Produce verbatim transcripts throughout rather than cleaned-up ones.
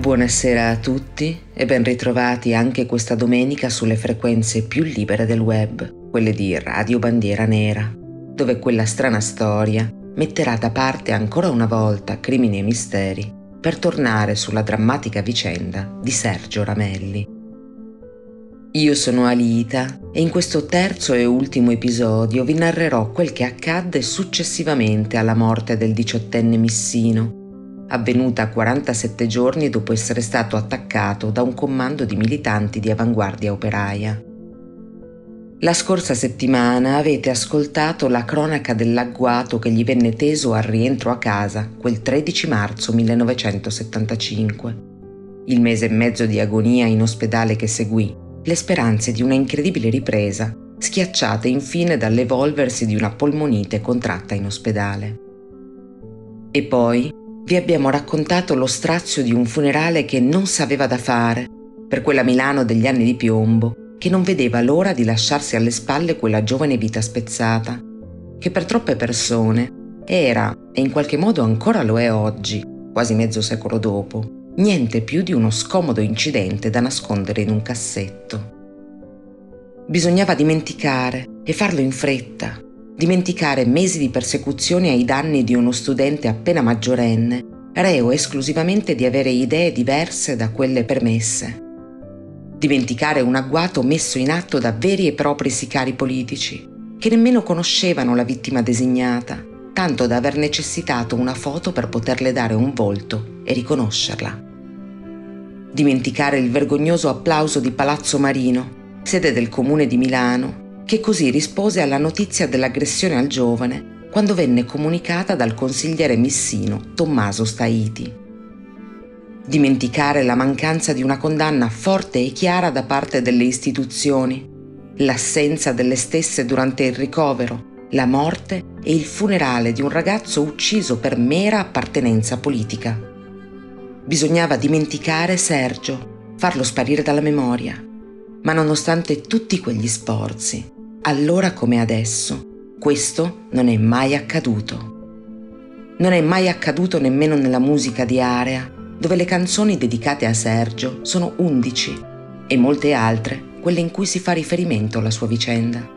Buonasera a tutti e ben ritrovati anche questa domenica sulle frequenze più libere del web, quelle di Radio Bandiera Nera, dove quella strana storia metterà da parte ancora una volta crimini e misteri per tornare sulla drammatica vicenda di Sergio Ramelli. Io sono Alita e in questo terzo e ultimo episodio vi narrerò quel che accadde successivamente alla morte del diciottenne Missino, avvenuta quarantasette giorni dopo essere stato attaccato da un commando di militanti di Avanguardia Operaia. La scorsa settimana avete ascoltato la cronaca dell'agguato che gli venne teso al rientro a casa quel tredici marzo millenovecentosettantacinque. Il mese e mezzo di agonia in ospedale che seguì, le speranze di una incredibile ripresa, schiacciate infine dall'evolversi di una polmonite contratta in ospedale. E poi vi abbiamo raccontato lo strazio di un funerale che non sapeva da fare per quella Milano degli anni di piombo che non vedeva l'ora di lasciarsi alle spalle quella giovane vita spezzata, che per troppe persone era, e in qualche modo ancora lo è oggi, quasi mezzo secolo dopo, niente più di uno scomodo incidente da nascondere in un cassetto. Bisognava dimenticare, e farlo in fretta, dimenticare mesi di persecuzione ai danni di uno studente appena maggiorenne, reo esclusivamente di avere idee diverse da quelle permesse. Dimenticare un agguato messo in atto da veri e propri sicari politici, che nemmeno conoscevano la vittima designata, tanto da aver necessitato una foto per poterle dare un volto e riconoscerla. Dimenticare il vergognoso applauso di Palazzo Marino, sede del comune di Milano, che così rispose alla notizia dell'aggressione al giovane quando venne comunicata dal consigliere missino Tommaso Staiti. Dimenticare la mancanza di una condanna forte e chiara da parte delle istituzioni, l'assenza delle stesse durante il ricovero, la morte e il funerale di un ragazzo ucciso per mera appartenenza politica. Bisognava dimenticare Sergio, farlo sparire dalla memoria, ma nonostante tutti quegli sforzi, allora come adesso, questo non è mai accaduto. Non è mai accaduto nemmeno nella musica di Area, dove le canzoni dedicate a Sergio sono undici e molte altre quelle in cui si fa riferimento alla sua vicenda.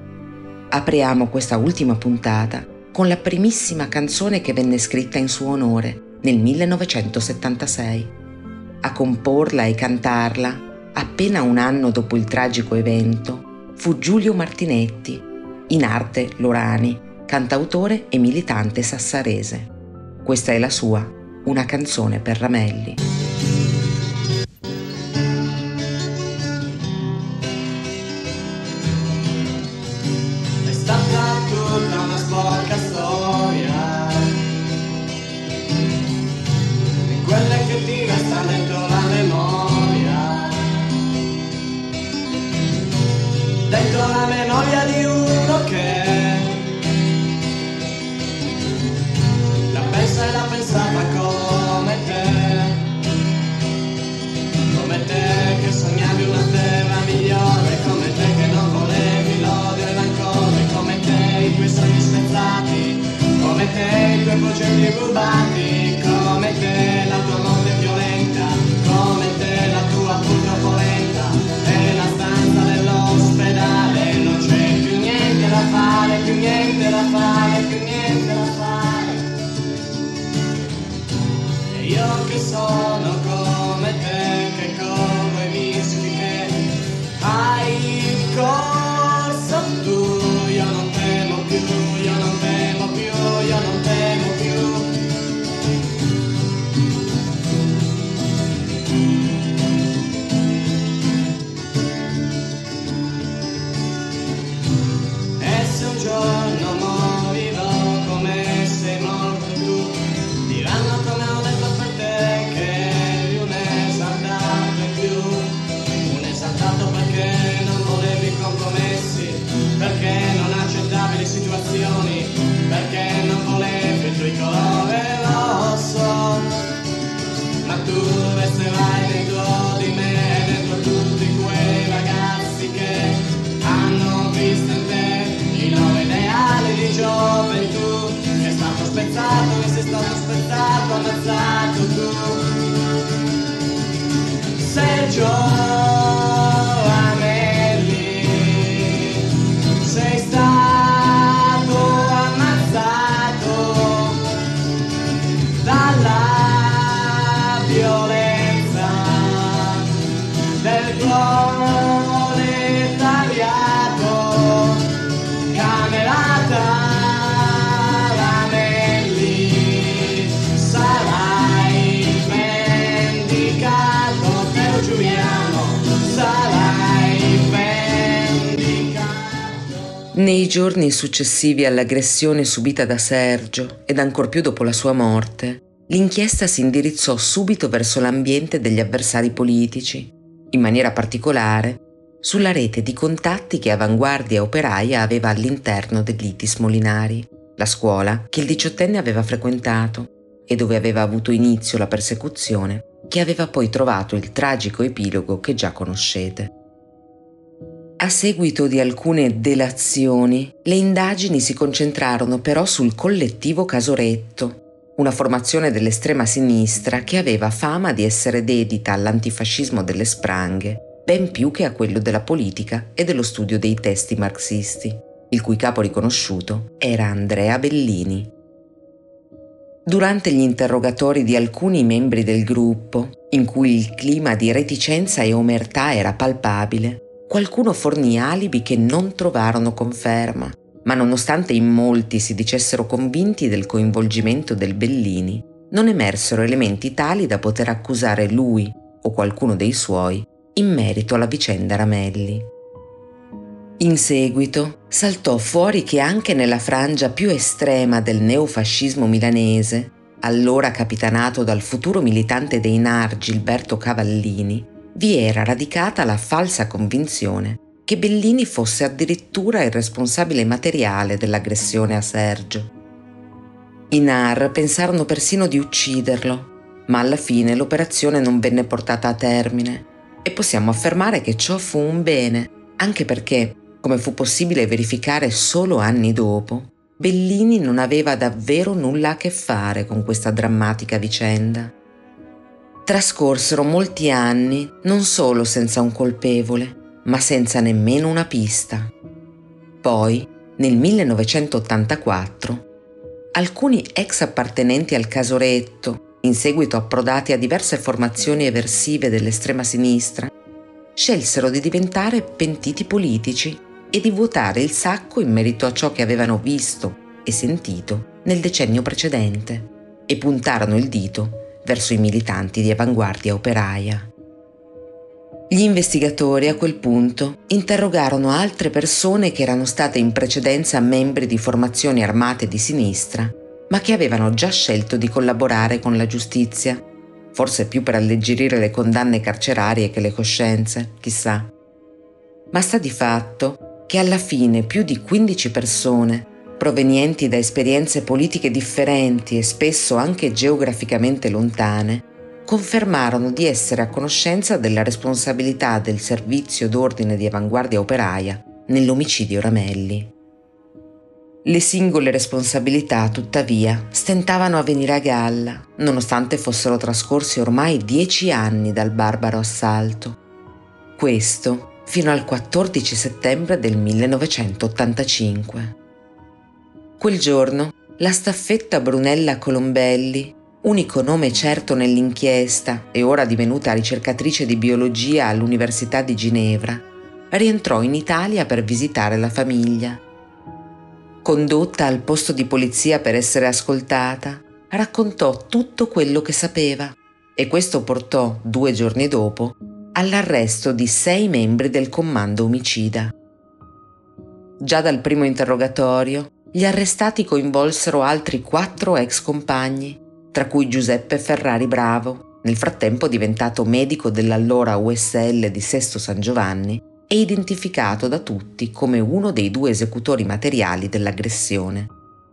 Apriamo questa ultima puntata con la primissima canzone che venne scritta in suo onore nel millenovecentosettantasei. A comporla e cantarla, appena un anno dopo il tragico evento, fu Giulio Martinetti, in arte Lorani, cantautore e militante sassarese. Questa è la sua, una canzone per Ramelli. È stata tutta una sporca storia, di quelle che ti resta dentro la memoria, dentro la memoria di uno che la pensa e la pensava come te. Ramelli, sei stato ammazzato dalla violenza del proletariato. Camerata Ramelli, sarai vendicato, te lo giuriamo, sarai vendicato. Nei giorni successivi all'aggressione subita da Sergio ed ancor più dopo la sua morte, l'inchiesta si indirizzò subito verso l'ambiente degli avversari politici, in maniera particolare sulla rete di contatti che Avanguardia Operaia aveva all'interno dell'I T I S Molinari, la scuola che il diciottenne aveva frequentato e dove aveva avuto inizio la persecuzione che aveva poi trovato il tragico epilogo che già conoscete. A seguito di alcune delazioni, le indagini si concentrarono però sul collettivo Casoretto, una formazione dell'estrema sinistra che aveva fama di essere dedita all'antifascismo delle spranghe, ben più che a quello della politica e dello studio dei testi marxisti, il cui capo riconosciuto era Andrea Bellini. Durante gli interrogatori di alcuni membri del gruppo, in cui il clima di reticenza e omertà era palpabile, qualcuno fornì alibi che non trovarono conferma, ma nonostante in molti si dicessero convinti del coinvolgimento del Bellini, non emersero elementi tali da poter accusare lui o qualcuno dei suoi in merito alla vicenda Ramelli. In seguito saltò fuori che anche nella frangia più estrema del neofascismo milanese, allora capitanato dal futuro militante dei N A R Gilberto Cavallini, vi era radicata la falsa convinzione che Bellini fosse addirittura il responsabile materiale dell'aggressione a Sergio. I N A R pensarono persino di ucciderlo, ma alla fine l'operazione non venne portata a termine e possiamo affermare che ciò fu un bene, anche perché, come fu possibile verificare solo anni dopo, Bellini non aveva davvero nulla a che fare con questa drammatica vicenda. Trascorsero molti anni non solo senza un colpevole, ma senza nemmeno una pista. Poi, nel millenovecentottantaquattro, alcuni ex appartenenti al Casoretto, in seguito approdati a diverse formazioni eversive dell'estrema sinistra, scelsero di diventare pentiti politici e di vuotare il sacco in merito a ciò che avevano visto e sentito nel decennio precedente e puntarono il dito verso i militanti di Avanguardia Operaia. Gli investigatori a quel punto interrogarono altre persone che erano state in precedenza membri di formazioni armate di sinistra, ma che avevano già scelto di collaborare con la giustizia, forse più per alleggerire le condanne carcerarie che le coscienze, chissà. Ma sta di fatto che alla fine più di quindici persone, provenienti da esperienze politiche differenti e spesso anche geograficamente lontane, confermarono di essere a conoscenza della responsabilità del servizio d'ordine di Avanguardia Operaia nell'omicidio Ramelli. Le singole responsabilità, tuttavia, stentavano a venire a galla, nonostante fossero trascorsi ormai dieci anni dal barbaro assalto. Questo fino al quattordici settembre del millenovecentottantacinque. Quel giorno, la staffetta Brunella Colombelli, unico nome certo nell'inchiesta e ora divenuta ricercatrice di biologia all'Università di Ginevra, rientrò in Italia per visitare la famiglia. Condotta al posto di polizia per essere ascoltata, raccontò tutto quello che sapeva e questo portò, due giorni dopo, all'arresto di sei membri del comando omicida. Già dal primo interrogatorio, gli arrestati coinvolsero altri quattro ex compagni, tra cui Giuseppe Ferrari Bravo, nel frattempo diventato medico dell'allora U S L di Sesto San Giovanni e identificato da tutti come uno dei due esecutori materiali dell'aggressione.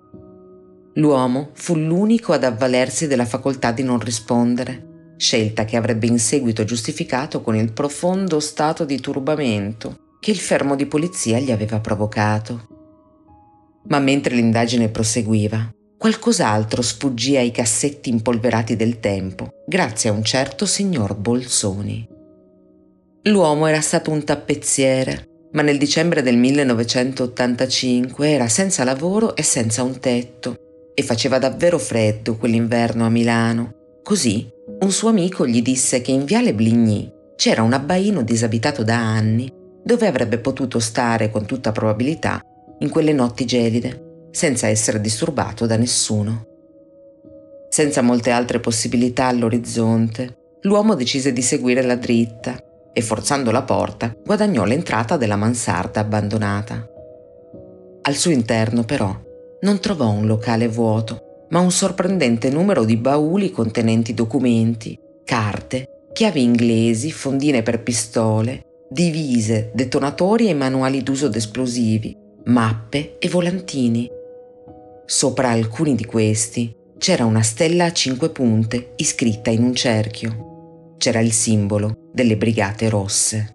L'uomo fu l'unico ad avvalersi della facoltà di non rispondere, scelta che avrebbe in seguito giustificato con il profondo stato di turbamento che il fermo di polizia gli aveva provocato. Ma mentre l'indagine proseguiva, qualcos'altro sfuggì ai cassetti impolverati del tempo, grazie a un certo signor Bolzoni. L'uomo era stato un tappezziere, ma nel dicembre del millenovecentottantacinque era senza lavoro e senza un tetto e faceva davvero freddo quell'inverno a Milano. Così un suo amico gli disse che in Viale Bligny c'era un abbaino disabitato da anni dove avrebbe potuto stare con tutta probabilità in quelle notti gelide, senza essere disturbato da nessuno. Senza molte altre possibilità all'orizzonte, l'uomo decise di seguire la dritta e, forzando la porta, guadagnò l'entrata della mansarda abbandonata. Al suo interno, però, non trovò un locale vuoto, ma un sorprendente numero di bauli contenenti documenti, carte, chiavi inglesi, fondine per pistole, divise, detonatori e manuali d'uso d'esplosivi, mappe e volantini. Sopra alcuni di questi c'era una stella a cinque punte iscritta in un cerchio. C'era il simbolo delle Brigate Rosse.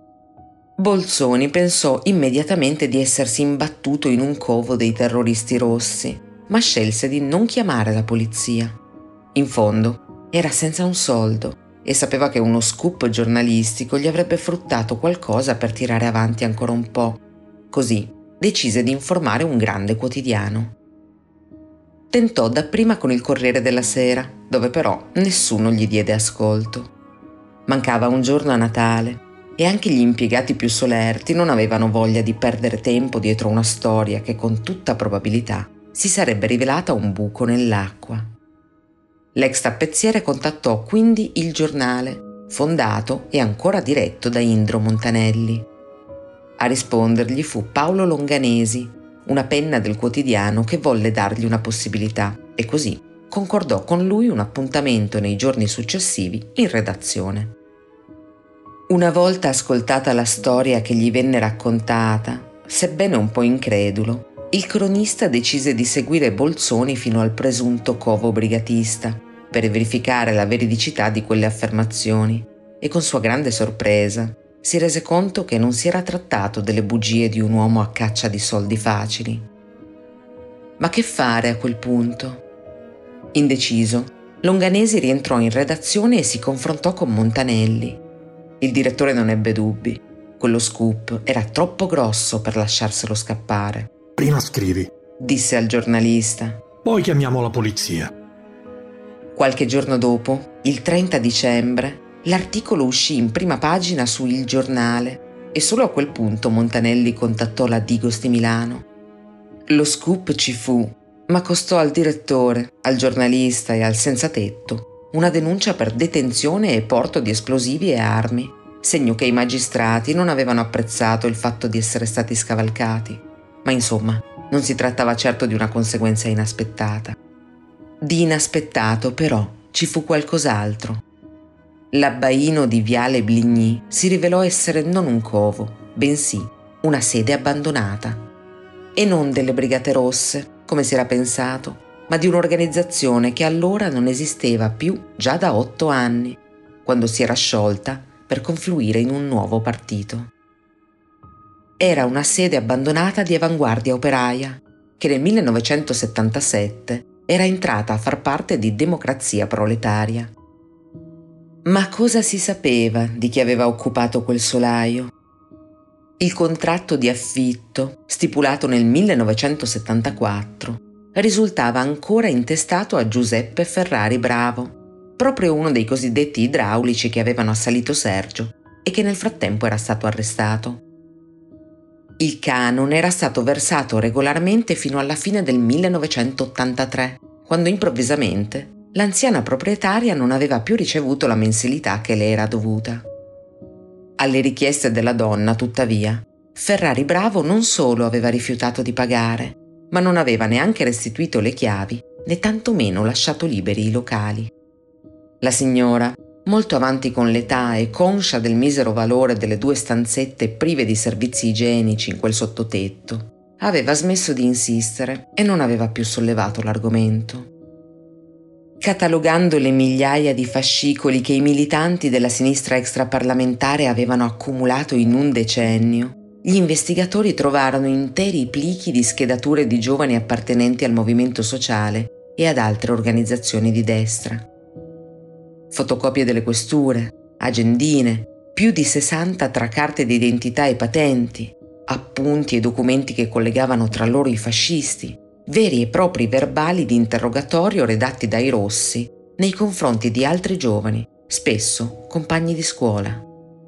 Bolzoni pensò immediatamente di essersi imbattuto in un covo dei terroristi rossi, ma scelse di non chiamare la polizia. In fondo, era senza un soldo e sapeva che uno scoop giornalistico gli avrebbe fruttato qualcosa per tirare avanti ancora un po'. Così decise di informare un grande quotidiano. Tentò dapprima con il Corriere della Sera, dove però nessuno gli diede ascolto. Mancava un giorno a Natale e anche gli impiegati più solerti non avevano voglia di perdere tempo dietro una storia che con tutta probabilità si sarebbe rivelata un buco nell'acqua. L'ex tappezziere contattò quindi Il Giornale, fondato e ancora diretto da Indro Montanelli. A rispondergli fu Paolo Longanesi, una penna del quotidiano che volle dargli una possibilità e così concordò con lui un appuntamento nei giorni successivi in redazione. Una volta ascoltata la storia che gli venne raccontata, sebbene un po' incredulo, il cronista decise di seguire Bolzoni fino al presunto covo brigatista per verificare la veridicità di quelle affermazioni e con sua grande sorpresa si rese conto che non si era trattato delle bugie di un uomo a caccia di soldi facili. Ma che fare a quel punto? Indeciso, Longanesi rientrò in redazione e si confrontò con Montanelli. Il direttore non ebbe dubbi. Quello scoop era troppo grosso per lasciarselo scappare. Prima scrivi, disse al giornalista. Poi chiamiamo la polizia. Qualche giorno dopo, il trenta dicembre, l'articolo uscì in prima pagina su Il Giornale e solo a quel punto Montanelli contattò la Digos di Milano. Lo scoop ci fu, ma costò al direttore, al giornalista e al senzatetto una denuncia per detenzione e porto di esplosivi e armi, segno che i magistrati non avevano apprezzato il fatto di essere stati scavalcati. Ma insomma, non si trattava certo di una conseguenza inaspettata. Di inaspettato, però, ci fu qualcos'altro. L'abbaino di Viale Bligny si rivelò essere non un covo, bensì una sede abbandonata. E non delle Brigate Rosse, come si era pensato, ma di un'organizzazione che allora non esisteva più già da otto anni, quando si era sciolta per confluire in un nuovo partito. Era una sede abbandonata di Avanguardia Operaia, che nel millenovecentosettantasette era entrata a far parte di Democrazia Proletaria. Ma cosa si sapeva di chi aveva occupato quel solaio? Il contratto di affitto, stipulato nel millenovecentosettantaquattro, risultava ancora intestato a Giuseppe Ferrari Bravo, proprio uno dei cosiddetti idraulici che avevano assalito Sergio e che nel frattempo era stato arrestato. Il canone era stato versato regolarmente fino alla fine del millenovecentottantatré, quando improvvisamente l'anziana proprietaria non aveva più ricevuto la mensilità che le era dovuta. Alle richieste della donna, tuttavia, Ferrari Bravo non solo aveva rifiutato di pagare, ma non aveva neanche restituito le chiavi né tantomeno lasciato liberi i locali. La signora, molto avanti con l'età e conscia del misero valore delle due stanzette prive di servizi igienici in quel sottotetto, aveva smesso di insistere e non aveva più sollevato l'argomento. Catalogando le migliaia di fascicoli che i militanti della sinistra extraparlamentare avevano accumulato in un decennio, gli investigatori trovarono interi plichi di schedature di giovani appartenenti al movimento sociale e ad altre organizzazioni di destra. Fotocopie delle questure, agendine, più di sessanta tra carte d'identità e patenti, appunti e documenti che collegavano tra loro i fascisti, veri e propri verbali di interrogatorio redatti dai Rossi nei confronti di altri giovani, spesso compagni di scuola.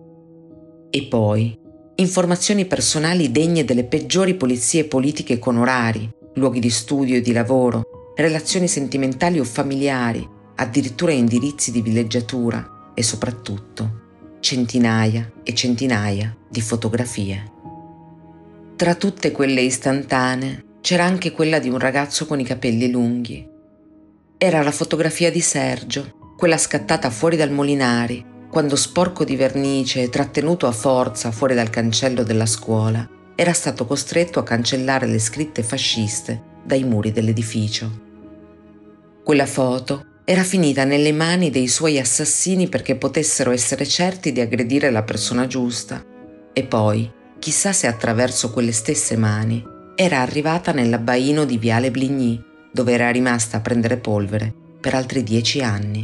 E poi informazioni personali degne delle peggiori polizie politiche con orari, luoghi di studio e di lavoro, relazioni sentimentali o familiari, addirittura indirizzi di villeggiatura e soprattutto centinaia e centinaia di fotografie. Tra tutte quelle istantanee c'era anche quella di un ragazzo con i capelli lunghi. Era la fotografia di Sergio, quella scattata fuori dal Molinari, quando sporco di vernice e trattenuto a forza fuori dal cancello della scuola, era stato costretto a cancellare le scritte fasciste dai muri dell'edificio. Quella foto era finita nelle mani dei suoi assassini perché potessero essere certi di aggredire la persona giusta, e poi, chissà se attraverso quelle stesse mani, era arrivata nell'abbaino di Viale Bligny, dove era rimasta a prendere polvere per altri dieci anni.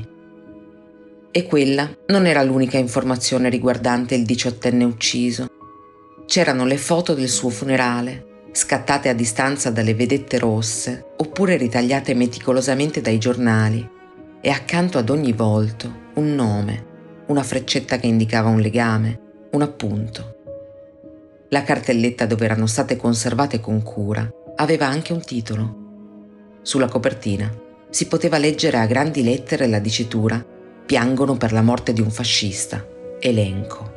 E quella non era l'unica informazione riguardante il diciottenne ucciso. C'erano le foto del suo funerale, scattate a distanza dalle vedette rosse, oppure ritagliate meticolosamente dai giornali, e accanto ad ogni volto un nome, una freccetta che indicava un legame, un appunto. La cartelletta dove erano state conservate con cura aveva anche un titolo. Sulla copertina si poteva leggere a grandi lettere la dicitura «Piangono per la morte di un fascista. Elenco».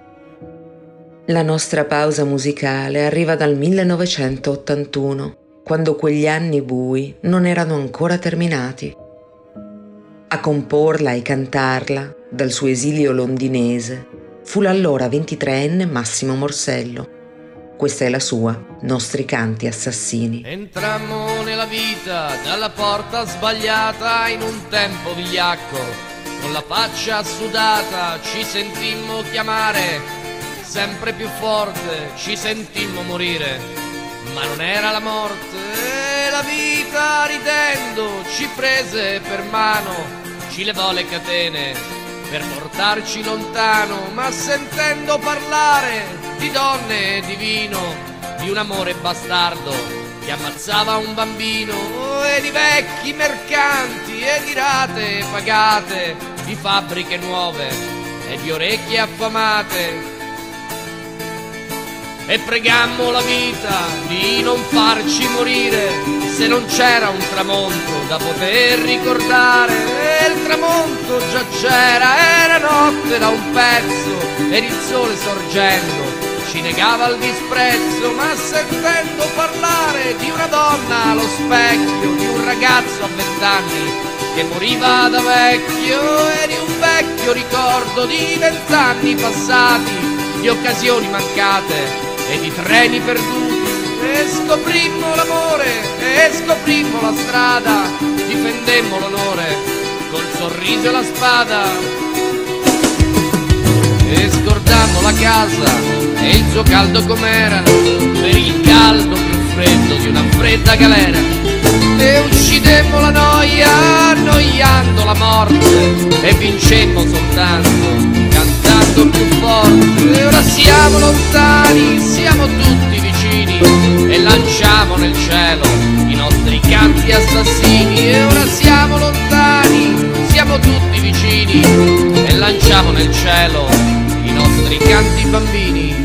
La nostra pausa musicale arriva dal millenovecentottantuno, quando quegli anni bui non erano ancora terminati. A comporla e cantarla, dal suo esilio londinese, fu l'allora ventitreenne Massimo Morsello. Questa è la sua Nostri canti assassini. Entrammo nella vita dalla porta sbagliata in un tempo vigliacco, con la faccia sudata ci sentimmo chiamare, sempre più forte ci sentimmo morire, ma non era la morte, la vita ridendo ci prese per mano, ci levò le catene per portarci lontano, ma sentendo parlare di donne e di vino, di un amore bastardo che ammazzava un bambino, e di vecchi mercanti e di rate pagate, di fabbriche nuove e di orecchie affamate. E pregammo la vita di non farci morire, se non c'era un tramonto da poter ricordare. E il tramonto già c'era, era notte da un pezzo, ed il sole sorgendo ci negava il disprezzo, ma sentendo parlare di una donna allo specchio, di un ragazzo a vent'anni che moriva da vecchio, e di un vecchio ricordo di vent'anni passati, di occasioni mancate e di treni perduti, e scoprimmo l'amore e scoprimmo la strada, difendemmo l'onore col sorriso e la spada, e scordammo la casa e il suo caldo com'era, per il caldo più freddo di una fredda galera, e uccidemmo la noia annoiando la morte, e vincemmo soltanto cantando più forte. E ora siamo lontani, siamo tutti vicini, e lanciamo nel cielo i nostri canti assassini. E ora siamo lontani, siamo tutti vicini, e lanciamo nel cielo i nostri canti bambini.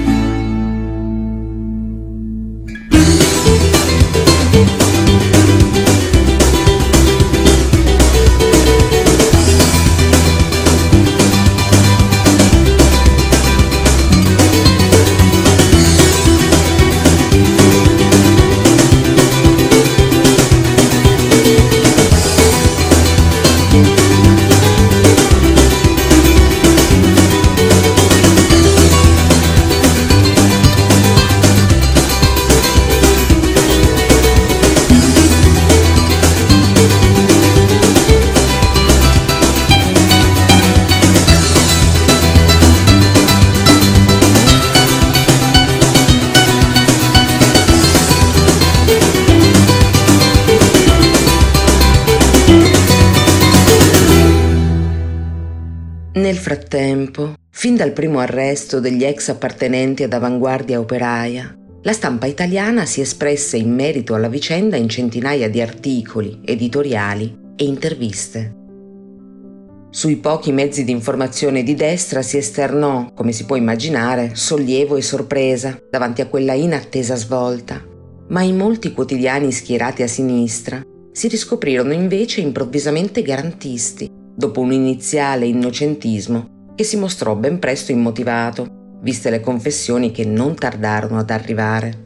fin dal primo arresto degli ex appartenenti ad Avanguardia Operaia, la stampa italiana si espresse in merito alla vicenda in centinaia di articoli, editoriali e interviste. Sui pochi mezzi di informazione di destra si esternò, come si può immaginare, sollievo e sorpresa davanti a quella inattesa svolta, ma in molti quotidiani schierati a sinistra si riscoprirono invece improvvisamente garantisti, dopo un iniziale innocentismo che si mostrò ben presto immotivato, viste le confessioni che non tardarono ad arrivare.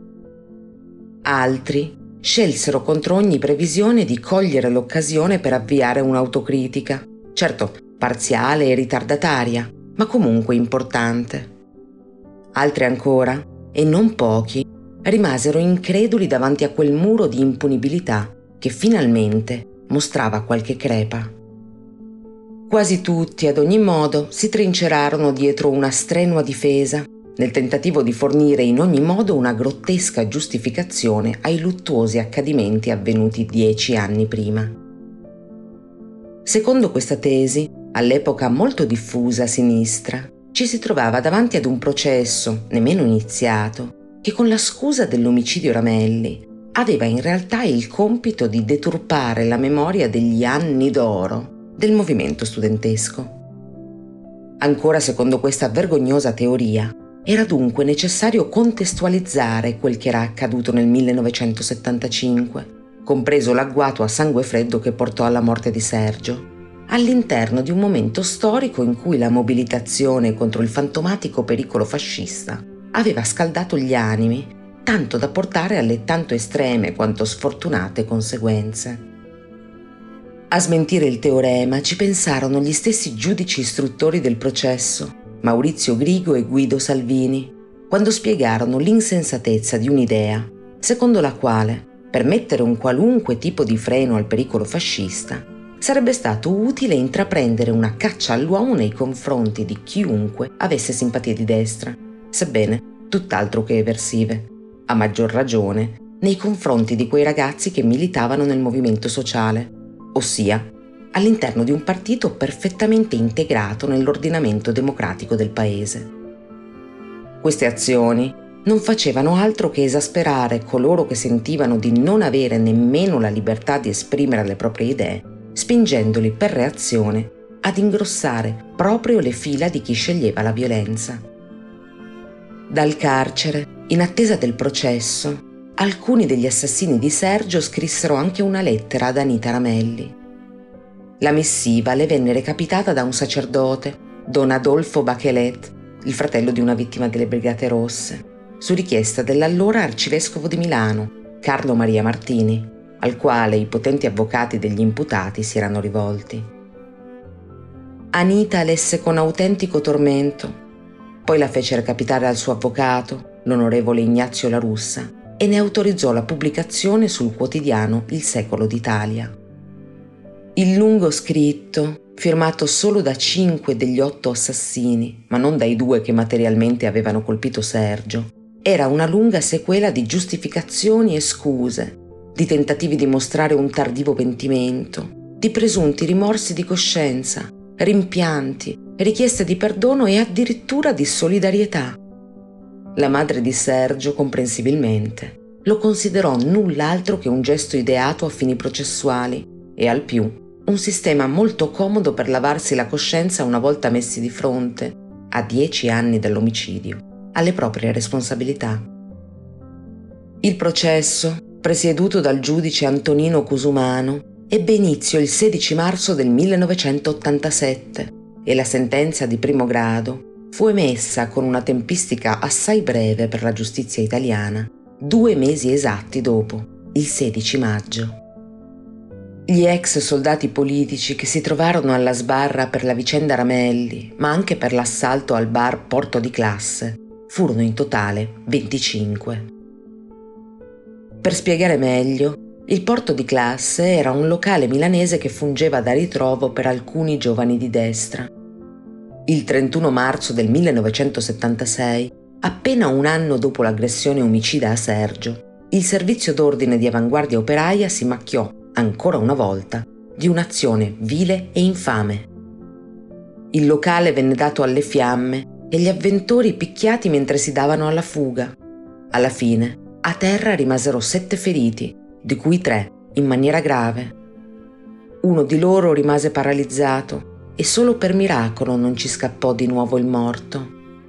Altri scelsero contro ogni previsione di cogliere l'occasione per avviare un'autocritica, certo parziale e ritardataria, ma comunque importante. Altri ancora, e non pochi, rimasero increduli davanti a quel muro di impunibilità che finalmente mostrava qualche crepa. Quasi tutti, ad ogni modo, si trincerarono dietro una strenua difesa, nel tentativo di fornire in ogni modo una grottesca giustificazione ai luttuosi accadimenti avvenuti dieci anni prima. Secondo questa tesi, all'epoca molto diffusa a sinistra, ci si trovava davanti ad un processo, nemmeno iniziato, che con la scusa dell'omicidio Ramelli aveva in realtà il compito di deturpare la memoria degli anni d'oro del movimento studentesco. Ancora secondo questa vergognosa teoria, era dunque necessario contestualizzare quel che era accaduto nel millenovecentosettantacinque, compreso l'agguato a sangue freddo che portò alla morte di Sergio, all'interno di un momento storico in cui la mobilitazione contro il fantomatico pericolo fascista aveva scaldato gli animi, tanto da portare alle tanto estreme quanto sfortunate conseguenze. A smentire il teorema ci pensarono gli stessi giudici istruttori del processo, Maurizio Grigo e Guido Salvini, quando spiegarono l'insensatezza di un'idea, secondo la quale, per mettere un qualunque tipo di freno al pericolo fascista, sarebbe stato utile intraprendere una caccia all'uomo nei confronti di chiunque avesse simpatie di destra, sebbene tutt'altro che eversive, a maggior ragione nei confronti di quei ragazzi che militavano nel movimento sociale, ossia all'interno di un partito perfettamente integrato nell'ordinamento democratico del paese. Queste azioni non facevano altro che esasperare coloro che sentivano di non avere nemmeno la libertà di esprimere le proprie idee, spingendoli per reazione ad ingrossare proprio le fila di chi sceglieva la violenza. Dal carcere, in attesa del processo, alcuni degli assassini di Sergio scrissero anche una lettera ad Anita Ramelli. La missiva le venne recapitata da un sacerdote, Don Adolfo Bachelet, il fratello di una vittima delle Brigate Rosse, su richiesta dell'allora arcivescovo di Milano, Carlo Maria Martini, al quale i potenti avvocati degli imputati si erano rivolti. Anita lesse con autentico tormento, poi la fece recapitare al suo avvocato, l'onorevole Ignazio La Russa, e ne autorizzò la pubblicazione sul quotidiano Il Secolo d'Italia. Il lungo scritto, firmato solo da cinque degli otto assassini, ma non dai due che materialmente avevano colpito Sergio, era una lunga sequela di giustificazioni e scuse, di tentativi di mostrare un tardivo pentimento, di presunti rimorsi di coscienza, rimpianti, richieste di perdono e addirittura di solidarietà. La madre di Sergio, comprensibilmente, lo considerò null'altro che un gesto ideato a fini processuali e al più un sistema molto comodo per lavarsi la coscienza una volta messi di fronte, a dieci anni dall'omicidio, alle proprie responsabilità. Il processo, presieduto dal giudice Antonino Cusumano, ebbe inizio il sedici marzo del millenovecentottantasette e la sentenza di primo grado fu emessa con una tempistica assai breve per la giustizia italiana, due mesi esatti dopo, il sedici maggio. Gli ex soldati politici che si trovarono alla sbarra per la vicenda Ramelli, ma anche per l'assalto al bar Porto di Classe, furono in totale venticinque. Per spiegare meglio, il Porto di Classe era un locale milanese che fungeva da ritrovo per alcuni giovani di destra. Il trentuno marzo del millenovecentosettantasei, appena un anno dopo l'aggressione omicida a Sergio, il servizio d'ordine di Avanguardia Operaia si macchiò, ancora una volta, di un'azione vile e infame. Il locale venne dato alle fiamme e gli avventori picchiati mentre si davano alla fuga. Alla fine, a terra rimasero sette feriti, di cui tre in maniera grave. Uno di loro rimase paralizzato e solo per miracolo non ci scappò di nuovo il morto.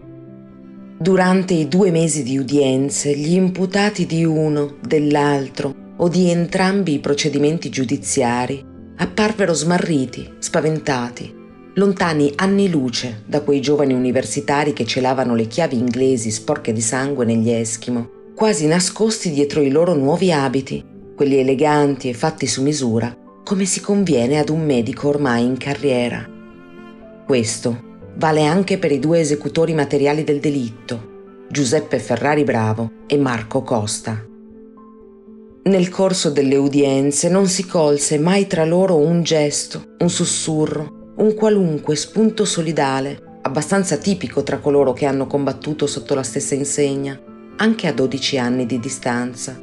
Durante i due mesi di udienze, gli imputati di uno, dell'altro o di entrambi i procedimenti giudiziari apparvero smarriti, spaventati, lontani anni luce da quei giovani universitari che celavano le chiavi inglesi sporche di sangue negli Eskimo, quasi nascosti dietro i loro nuovi abiti, quelli eleganti e fatti su misura, come si conviene ad un medico ormai in carriera. Questo vale anche per i due esecutori materiali del delitto, Giuseppe Ferrari Bravo e Marco Costa. Nel corso delle udienze non si colse mai tra loro un gesto, un sussurro, un qualunque spunto solidale, abbastanza tipico tra coloro che hanno combattuto sotto la stessa insegna, anche a dodici anni di distanza.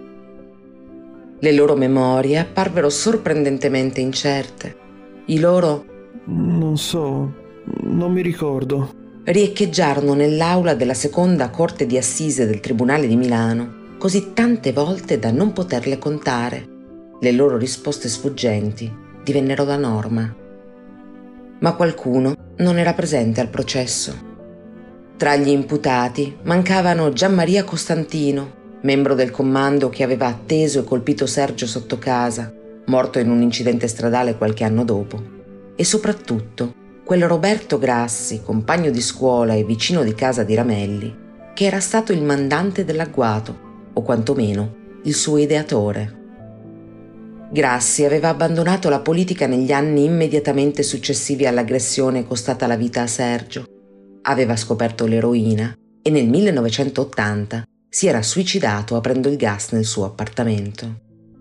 Le loro memorie apparvero sorprendentemente incerte. I loro «Non so, non mi ricordo» riecheggiarono nell'aula della seconda corte di assise del Tribunale di Milano così tante volte da non poterle contare. Le loro risposte sfuggenti divennero la norma. Ma qualcuno non era presente al processo. Tra gli imputati mancavano Gianmaria Costantino, membro del comando che aveva atteso e colpito Sergio sotto casa, morto in un incidente stradale qualche anno dopo, e soprattutto quel Roberto Grassi, compagno di scuola e vicino di casa di Ramelli, che era stato il mandante dell'agguato, o quantomeno il suo ideatore. Grassi aveva abbandonato la politica negli anni immediatamente successivi all'aggressione costata la vita a Sergio. Aveva scoperto l'eroina e nel millenovecentottanta si era suicidato aprendo il gas nel suo appartamento.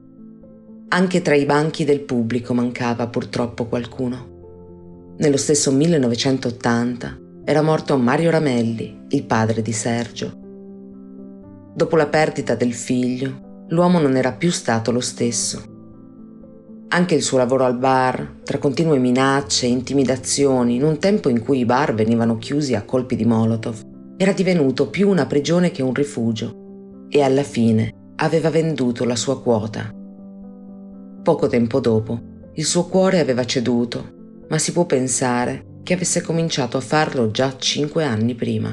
Anche tra i banchi del pubblico mancava purtroppo qualcuno. Nello stesso millenovecentottanta era morto Mario Ramelli, il padre di Sergio. Dopo la perdita del figlio, l'uomo non era più stato lo stesso. Anche il suo lavoro al bar, tra continue minacce e intimidazioni, in un tempo in cui i bar venivano chiusi a colpi di Molotov, era divenuto più una prigione che un rifugio e alla fine aveva venduto la sua quota. Poco tempo dopo, il suo cuore aveva ceduto, ma si può pensare che avesse cominciato a farlo già cinque anni prima.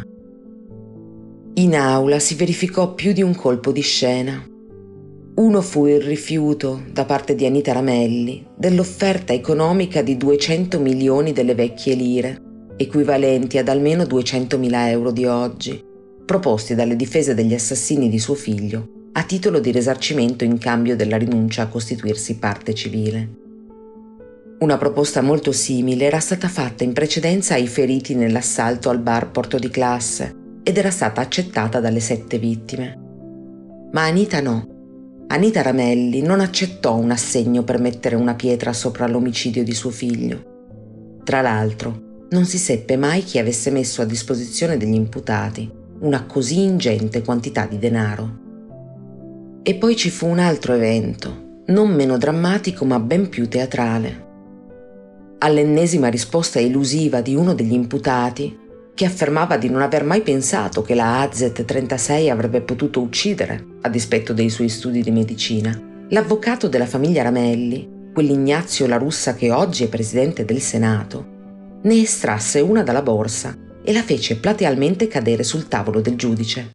In aula si verificò più di un colpo di scena. Uno fu il rifiuto, da parte di Anita Ramelli, dell'offerta economica di duecento milioni delle vecchie lire, equivalenti ad almeno duecentomila euro di oggi, proposti dalle difese degli assassini di suo figlio a titolo di risarcimento in cambio della rinuncia a costituirsi parte civile. Una proposta molto simile era stata fatta in precedenza ai feriti nell'assalto al bar Porto di Classe ed era stata accettata dalle sette vittime. Ma Anita no. Anita Ramelli non accettò un assegno per mettere una pietra sopra l'omicidio di suo figlio. Tra l'altro, non si seppe mai chi avesse messo a disposizione degli imputati una così ingente quantità di denaro. E poi ci fu un altro evento, non meno drammatico ma ben più teatrale. All'ennesima risposta elusiva di uno degli imputati, che affermava di non aver mai pensato che la A Z trentasei avrebbe potuto uccidere, a dispetto dei suoi studi di medicina, l'avvocato della famiglia Ramelli, quell'Ignazio La Russa che oggi è presidente del Senato, ne estrasse una dalla borsa e la fece platealmente cadere sul tavolo del giudice.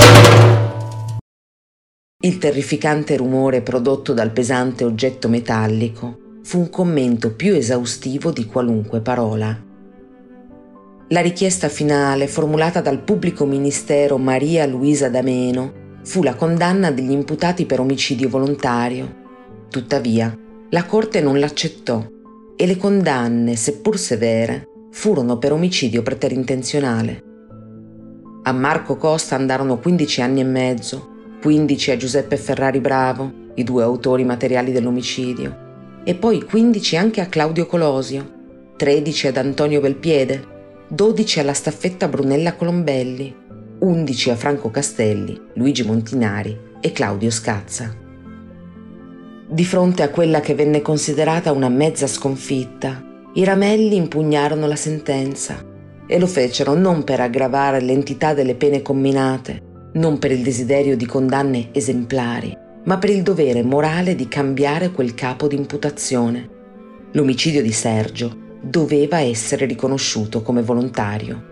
Il terrificante rumore prodotto dal pesante oggetto metallico fu un commento più esaustivo di qualunque parola. La richiesta finale, formulata dal pubblico ministero Maria Luisa D'Ameno, fu la condanna degli imputati per omicidio volontario. Tuttavia, la Corte non l'accettò e le condanne, seppur severe, furono per omicidio preterintenzionale. A Marco Costa andarono quindici anni e mezzo, quindici a Giuseppe Ferrari Bravo, i due autori materiali dell'omicidio, e poi quindici anche a Claudio Colosio, tredici ad Antonio Belpiede, dodici alla staffetta Brunella Colombelli, undici a Franco Castelli, Luigi Montinari e Claudio Scazza. Di fronte a quella che venne considerata una mezza sconfitta, i Ramelli impugnarono la sentenza e lo fecero non per aggravare l'entità delle pene comminate, non per il desiderio di condanne esemplari, ma per il dovere morale di cambiare quel capo di imputazione. L'omicidio di Sergio doveva essere riconosciuto come volontario.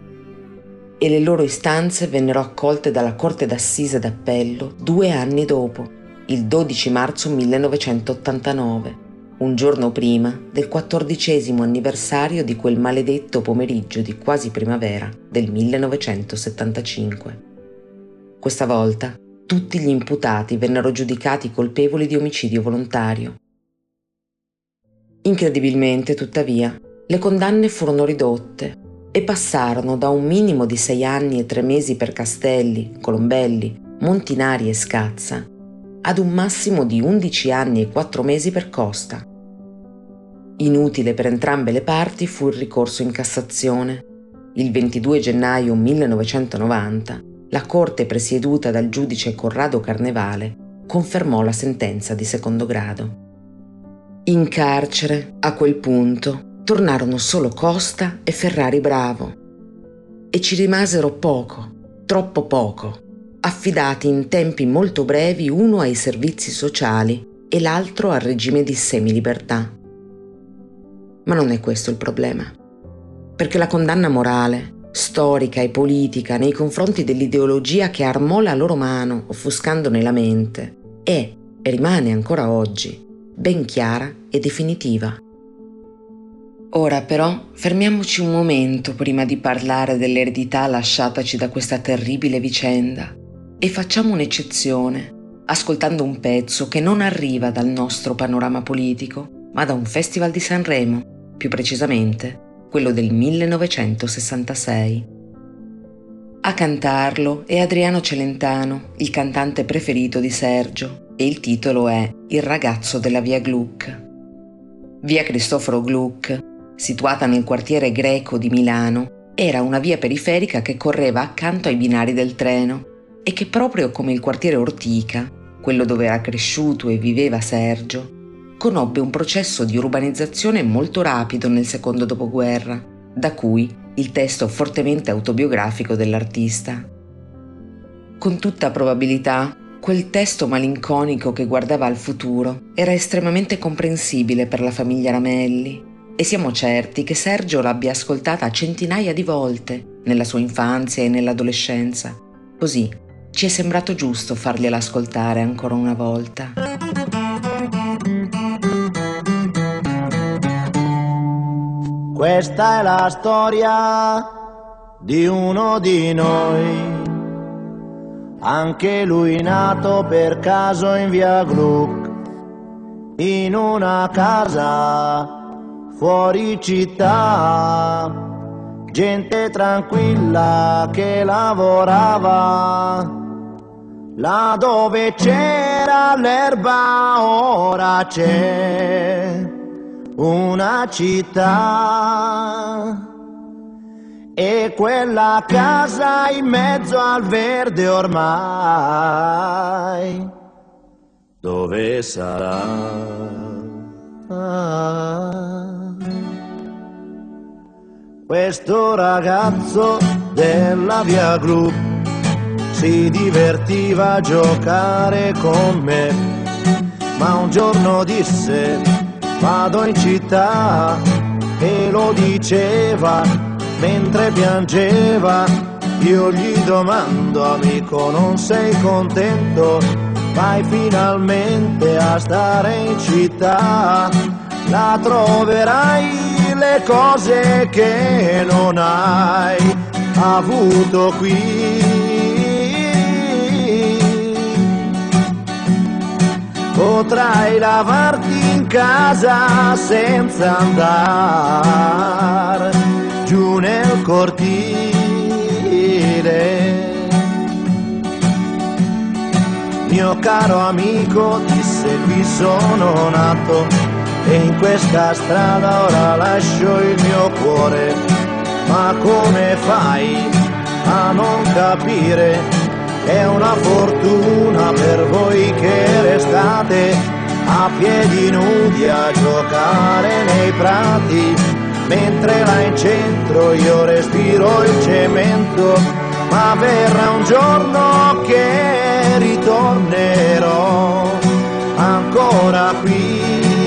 E le loro istanze vennero accolte dalla Corte d'Assise d'Appello due anni dopo, il dodici marzo millenovecentottantanove, un giorno prima del quattordicesimo anniversario di quel maledetto pomeriggio di quasi primavera del millenovecentosettantacinque. Questa volta tutti gli imputati vennero giudicati colpevoli di omicidio volontario. Incredibilmente, tuttavia, le condanne furono ridotte e passarono da un minimo di sei anni e tre mesi per Castelli, Colombelli, Montinari e Scazza ad un massimo di undici anni e quattro mesi per Costa. Inutile per entrambe le parti fu il ricorso in Cassazione. Il ventidue gennaio millenovecentonovanta la Corte presieduta dal giudice Corrado Carnevale confermò la sentenza di secondo grado. In carcere, a quel punto, tornarono solo Costa e Ferrari Bravo e ci rimasero poco, troppo poco, affidati in tempi molto brevi uno ai servizi sociali e l'altro al regime di semilibertà. Ma non è questo il problema, perché la condanna morale, storica e politica nei confronti dell'ideologia che armò la loro mano offuscandone la mente è, e rimane ancora oggi, ben chiara e definitiva. Ora però fermiamoci un momento prima di parlare dell'eredità lasciataci da questa terribile vicenda e facciamo un'eccezione, ascoltando un pezzo che non arriva dal nostro panorama politico, ma da un festival di Sanremo, più precisamente quello del millenovecentosessantasei. A cantarlo è Adriano Celentano, il cantante preferito di Sergio, e il titolo è Il ragazzo della via Gluck. Via Cristoforo Gluck, situata nel quartiere greco di Milano, era una via periferica che correva accanto ai binari del treno e che, proprio come il quartiere Ortica, quello dove era cresciuto e viveva Sergio, conobbe un processo di urbanizzazione molto rapido nel secondo dopoguerra, da cui il testo fortemente autobiografico dell'artista. Con tutta probabilità, quel testo malinconico che guardava al futuro era estremamente comprensibile per la famiglia Ramelli e siamo certi che Sergio l'abbia ascoltata centinaia di volte nella sua infanzia e nell'adolescenza. Così ci è sembrato giusto fargliela ascoltare ancora una volta. Questa è la storia di uno di noi, anche lui nato per caso in via Gluck, in una casa fuori città, gente tranquilla che lavorava, là dove c'era l'erba ora c'è una città, e quella casa in mezzo al verde ormai dove sarà? Ah, questo ragazzo della via Gluck si divertiva a giocare con me, ma un giorno disse vado in città, e lo diceva mentre piangeva. Io gli domando, amico, non sei contento? Vai finalmente a stare in città, là troverai le cose che non hai avuto qui. Potrai lavarti in casa senza andare giù nel cortile. Mio caro amico, disse, qui sono nato e in questa strada ora lascio il mio cuore. Ma come fai a non capire? È una fortuna per voi che restate a piedi nudi a giocare nei prati, mentre là in centro io respiro il cemento, ma verrà un giorno che ritornerò ancora qui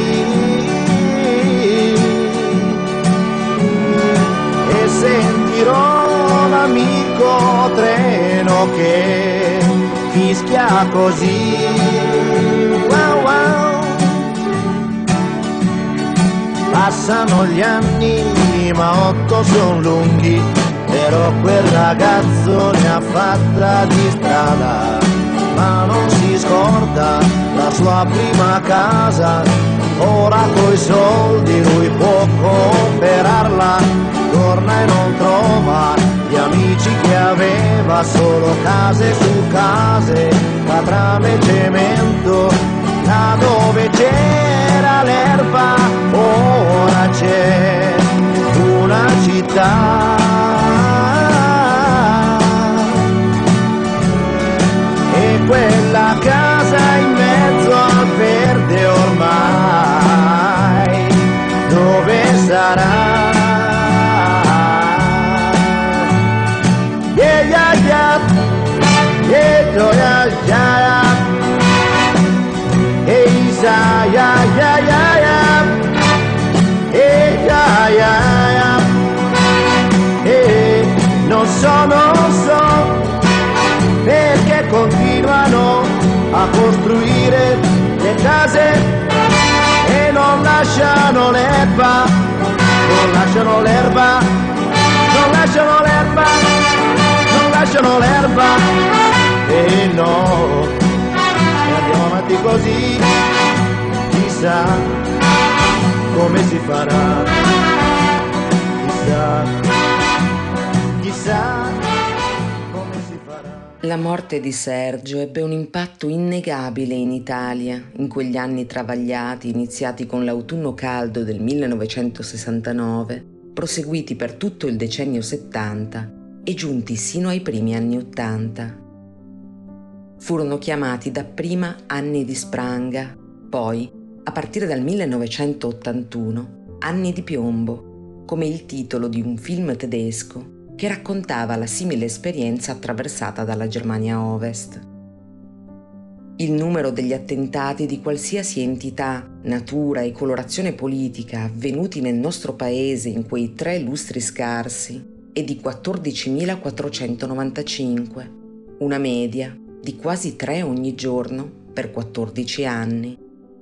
e sentirò l'amico treno che fischia così. Wow, wow. Passano gli anni ma otto son lunghi, però quel ragazzo ne ha fatta di strada, ma non si scorda la sua prima casa. Ora coi soldi lui può comprarla, torna e non trova gli amici che aveva, solo case su case, catrame e cemento. Là dove c'era l'erba ora c'è una città, e quella casa in mezzo al verde ormai dove sarà? Yeah, yeah, yeah, yeah, yeah, yeah, yeah, yeah, yeah, yeah, yeah, yeah, yeah, yeah. Non so, non so perché continuano a costruire le case e non lasciano l'erba, non lasciano l'erba, non lasciano l'erba, non lasciano l'erba, e no, e andiamo avanti così, chissà come si farà, chissà, chissà. La morte di Sergio ebbe un impatto innegabile in Italia in quegli anni travagliati iniziati con l'autunno caldo del millenovecentosessantanove, proseguiti per tutto il decennio settanta e giunti sino ai primi anni ottanta. Furono chiamati dapprima anni di spranga, poi, a partire dal millenovecentottantuno, anni di piombo, come il titolo di un film tedesco che raccontava la simile esperienza attraversata dalla Germania Ovest. Il numero degli attentati di qualsiasi entità, natura e colorazione politica avvenuti nel nostro paese in quei tre lustri scarsi è di quattordicimilaquattrocentonovantacinque, una media di quasi tre ogni giorno per quattordici anni.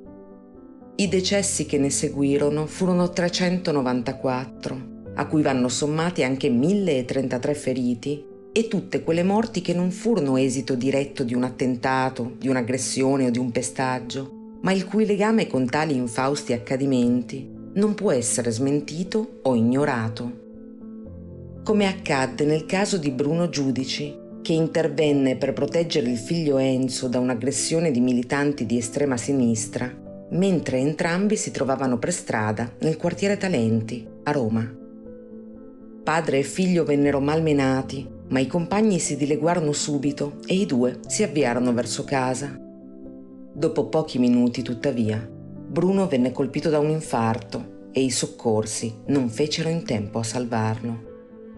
I decessi che ne seguirono furono trecentonovantaquattro, a cui vanno sommati anche mille trentatré feriti e tutte quelle morti che non furono esito diretto di un attentato, di un'aggressione o di un pestaggio, ma il cui legame con tali infausti accadimenti non può essere smentito o ignorato. Come accadde nel caso di Bruno Giudici, che intervenne per proteggere il figlio Enzo da un'aggressione di militanti di estrema sinistra, mentre entrambi si trovavano per strada nel quartiere Talenti, a Roma. Padre e figlio vennero malmenati, ma i compagni si dileguarono subito e i due si avviarono verso casa. Dopo pochi minuti, tuttavia, Bruno venne colpito da un infarto e i soccorsi non fecero in tempo a salvarlo.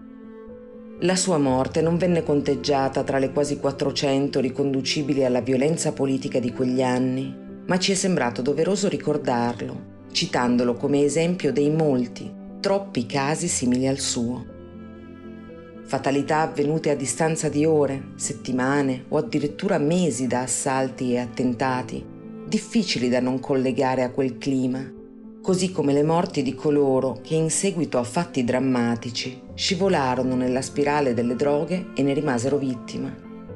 La sua morte non venne conteggiata tra le quasi quattrocento riconducibili alla violenza politica di quegli anni, ma ci è sembrato doveroso ricordarlo, citandolo come esempio dei molti, troppi casi simili al suo. Fatalità avvenute a distanza di ore, settimane o addirittura mesi da assalti e attentati, difficili da non collegare a quel clima, così come le morti di coloro che in seguito a fatti drammatici scivolarono nella spirale delle droghe e ne rimasero vittima,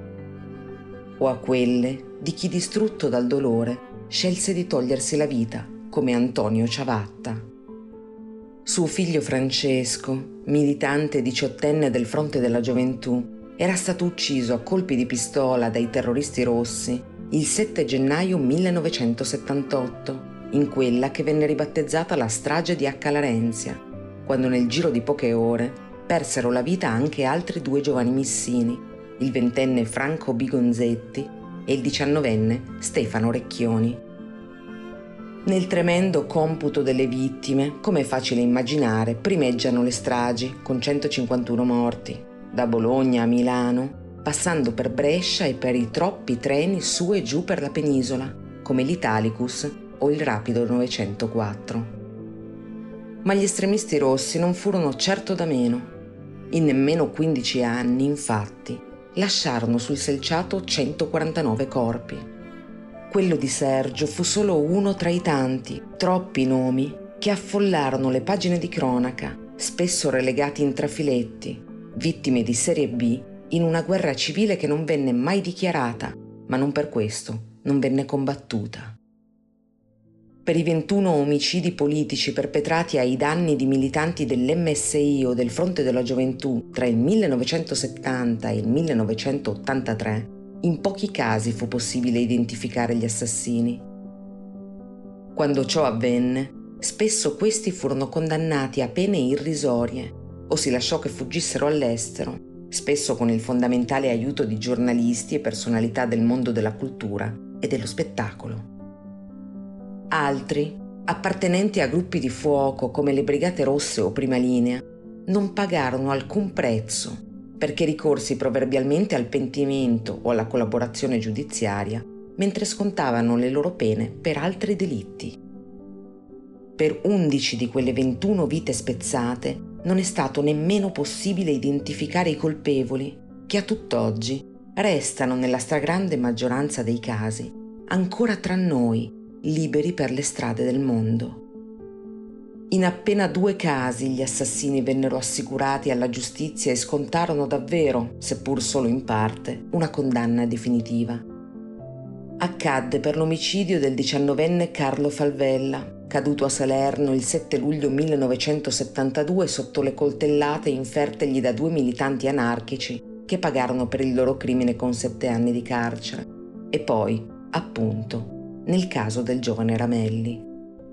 o a quelle di chi distrutto dal dolore scelse di togliersi la vita come Antonio Ciavatta. Suo figlio Francesco, militante diciottenne del Fronte della Gioventù, era stato ucciso a colpi di pistola dai terroristi rossi il sette gennaio millenovecentosettantotto, in quella che venne ribattezzata la strage di Acca Larenzia, quando nel giro di poche ore persero la vita anche altri due giovani missini, il ventenne Franco Bigonzetti e il diciannovenne Stefano Recchioni. Nel tremendo computo delle vittime, come è facile immaginare, primeggiano le stragi, con centocinquantuno morti, da Bologna a Milano, passando per Brescia e per i troppi treni su e giù per la penisola, come l'Italicus o il Rapido novecentoquattro. Ma gli estremisti rossi non furono certo da meno. In nemmeno quindici anni, infatti, lasciarono sul selciato centoquarantanove corpi. Quello di Sergio fu solo uno tra i tanti, troppi nomi, che affollarono le pagine di cronaca, spesso relegati in trafiletti, vittime di serie B in una guerra civile che non venne mai dichiarata, ma non per questo non venne combattuta. Per i ventuno omicidi politici perpetrati ai danni di militanti dell'M S I o del Fronte della Gioventù tra il millenovecentosettanta e il millenovecentottantatré, in pochi casi fu possibile identificare gli assassini. Quando ciò avvenne, spesso questi furono condannati a pene irrisorie o si lasciò che fuggissero all'estero, spesso con il fondamentale aiuto di giornalisti e personalità del mondo della cultura e dello spettacolo. Altri, appartenenti a gruppi di fuoco come le Brigate Rosse o Prima Linea, non pagarono alcun prezzo perché ricorsi proverbialmente al pentimento o alla collaborazione giudiziaria, mentre scontavano le loro pene per altri delitti. Per undici di quelle ventuno vite spezzate non è stato nemmeno possibile identificare i colpevoli, che a tutt'oggi restano nella stragrande maggioranza dei casi ancora tra noi, liberi per le strade del mondo. In appena due casi gli assassini vennero assicurati alla giustizia e scontarono davvero, seppur solo in parte, una condanna definitiva. Accadde per l'omicidio del diciannovenne Carlo Falvella, caduto a Salerno il sette luglio millenovecentosettantadue sotto le coltellate infertegli da due militanti anarchici che pagarono per il loro crimine con sette anni di carcere. E poi, appunto, nel caso del giovane Ramelli.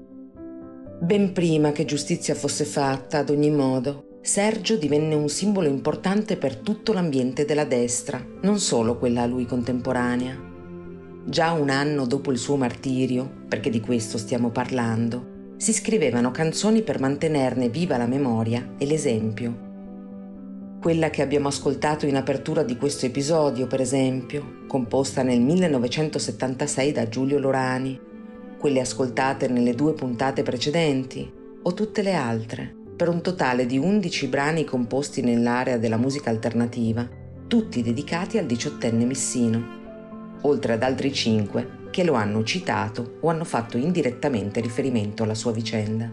Ben prima che giustizia fosse fatta, ad ogni modo, Sergio divenne un simbolo importante per tutto l'ambiente della destra, non solo quella a lui contemporanea. Già un anno dopo il suo martirio, perché di questo stiamo parlando, si scrivevano canzoni per mantenerne viva la memoria e l'esempio. Quella che abbiamo ascoltato in apertura di questo episodio, per esempio, composta nel millenovecentosettantasei da Giulio Lorani, quelle ascoltate nelle due puntate precedenti, o tutte le altre, per un totale di undici brani composti nell'area della musica alternativa, tutti dedicati al diciottenne Missino, oltre ad altri cinque che lo hanno citato o hanno fatto indirettamente riferimento alla sua vicenda.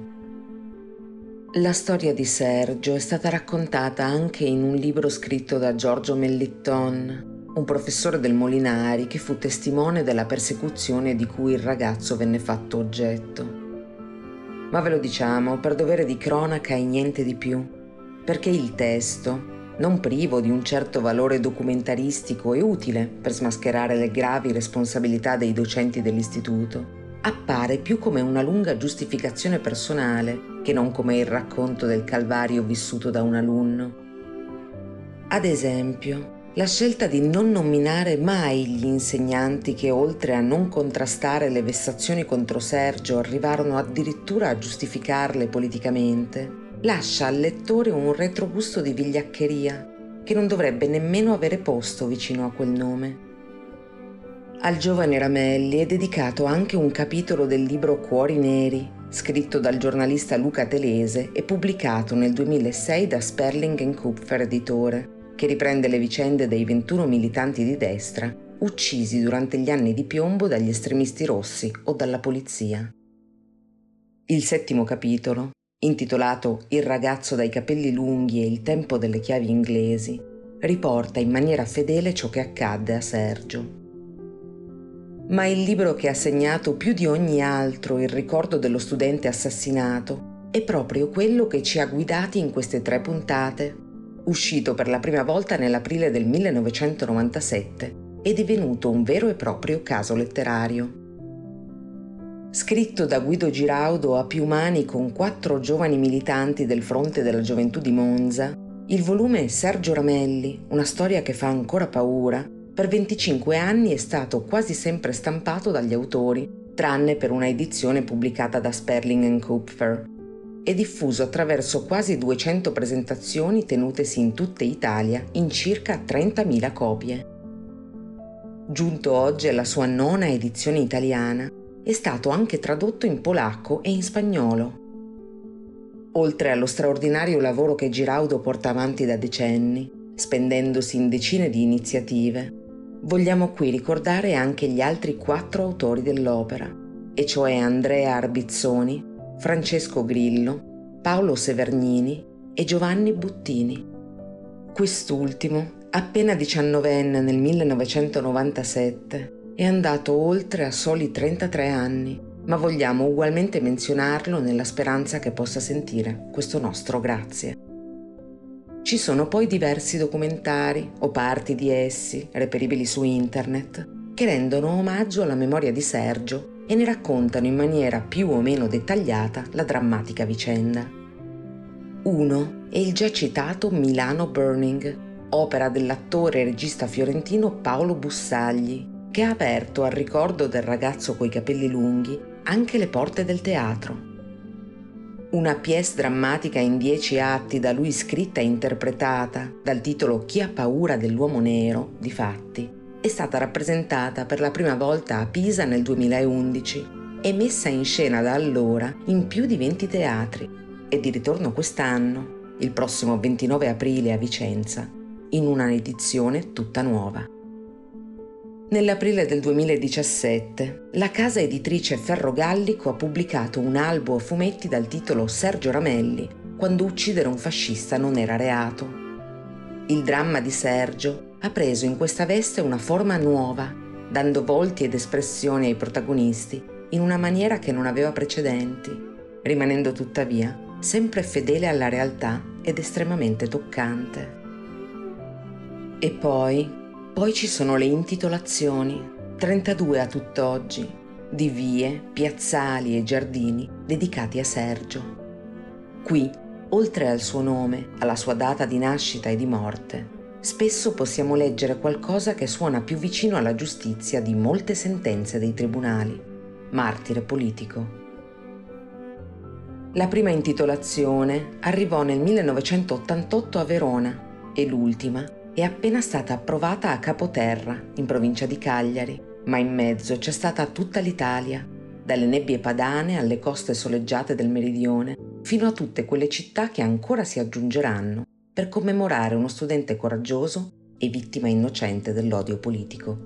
La storia di Sergio è stata raccontata anche in un libro scritto da Giorgio Mellitton, un professore del Molinari che fu testimone della persecuzione di cui il ragazzo venne fatto oggetto. Ma ve lo diciamo per dovere di cronaca e niente di più, perché il testo, non privo di un certo valore documentaristico e utile per smascherare le gravi responsabilità dei docenti dell'istituto, appare più come una lunga giustificazione personale che non come il racconto del calvario vissuto da un alunno. Ad esempio, la scelta di non nominare mai gli insegnanti che, oltre a non contrastare le vessazioni contro Sergio, arrivarono addirittura a giustificarle politicamente, lascia al lettore un retrogusto di vigliaccheria che non dovrebbe nemmeno avere posto vicino a quel nome. Al giovane Ramelli è dedicato anche un capitolo del libro Cuori Neri, scritto dal giornalista Luca Telese e pubblicato nel duemilasei da Sperling and Kupfer editore, che riprende le vicende dei ventuno militanti di destra uccisi durante gli anni di piombo dagli estremisti rossi o dalla polizia. Il settimo capitolo, intitolato Il ragazzo dai capelli lunghi e il tempo delle chiavi inglesi, riporta in maniera fedele ciò che accadde a Sergio. Ma il libro che ha segnato più di ogni altro il ricordo dello studente assassinato è proprio quello che ci ha guidati in queste tre puntate, uscito per la prima volta nell'aprile del millenovecentonovantasette e divenuto un vero e proprio caso letterario. Scritto da Guido Giraudo a più mani con quattro giovani militanti del Fronte della Gioventù di Monza, il volume Sergio Ramelli, una storia che fa ancora paura, per venticinque anni è stato quasi sempre stampato dagli autori tranne per una edizione pubblicata da Sperling and Kupfer e diffuso attraverso quasi duecento presentazioni tenutesi in tutta Italia in circa trentamila copie. Giunto oggi alla sua nona edizione italiana, è stato anche tradotto in polacco e in spagnolo. Oltre allo straordinario lavoro che Giraudo porta avanti da decenni, spendendosi in decine di iniziative, vogliamo qui ricordare anche gli altri quattro autori dell'opera, e cioè Andrea Arbizzoni, Francesco Grillo, Paolo Severnini e Giovanni Buttini. Quest'ultimo, appena diciannovenne nel millenovecentonovantasette, è andato oltre a soli trentatré anni, ma vogliamo ugualmente menzionarlo nella speranza che possa sentire questo nostro grazie. Ci sono poi diversi documentari o parti di essi, reperibili su internet, che rendono omaggio alla memoria di Sergio e ne raccontano in maniera più o meno dettagliata la drammatica vicenda. Uno è il già citato Milano Burning, opera dell'attore e regista fiorentino Paolo Bussagli, che ha aperto al ricordo del ragazzo coi capelli lunghi anche le porte del teatro. Una pièce drammatica in dieci atti da lui scritta e interpretata, dal titolo Chi ha paura dell'uomo nero, difatti, è stata rappresentata per la prima volta a Pisa nel duemilaundici e messa in scena da allora in più di venti teatri e di ritorno quest'anno, il prossimo ventinove aprile a Vicenza, in una edizione tutta nuova. Nell'aprile del duemiladiciassette, la casa editrice Ferrogallico ha pubblicato un albo a fumetti dal titolo Sergio Ramelli, quando uccidere un fascista non era reato. Il dramma di Sergio ha preso in questa veste una forma nuova, dando volti ed espressioni ai protagonisti in una maniera che non aveva precedenti, rimanendo tuttavia sempre fedele alla realtà ed estremamente toccante. E poi... Poi ci sono le intitolazioni, trentadue a tutt'oggi, di vie, piazzali e giardini dedicati a Sergio. Qui, oltre al suo nome, alla sua data di nascita e di morte, spesso possiamo leggere qualcosa che suona più vicino alla giustizia di molte sentenze dei tribunali. Martire politico. La prima intitolazione arrivò nel millenovecentottantotto a Verona e l'ultima è appena stata approvata a Capoterra, in provincia di Cagliari, ma in mezzo c'è stata tutta l'Italia, dalle nebbie padane alle coste soleggiate del meridione, fino a tutte quelle città che ancora si aggiungeranno per commemorare uno studente coraggioso e vittima innocente dell'odio politico.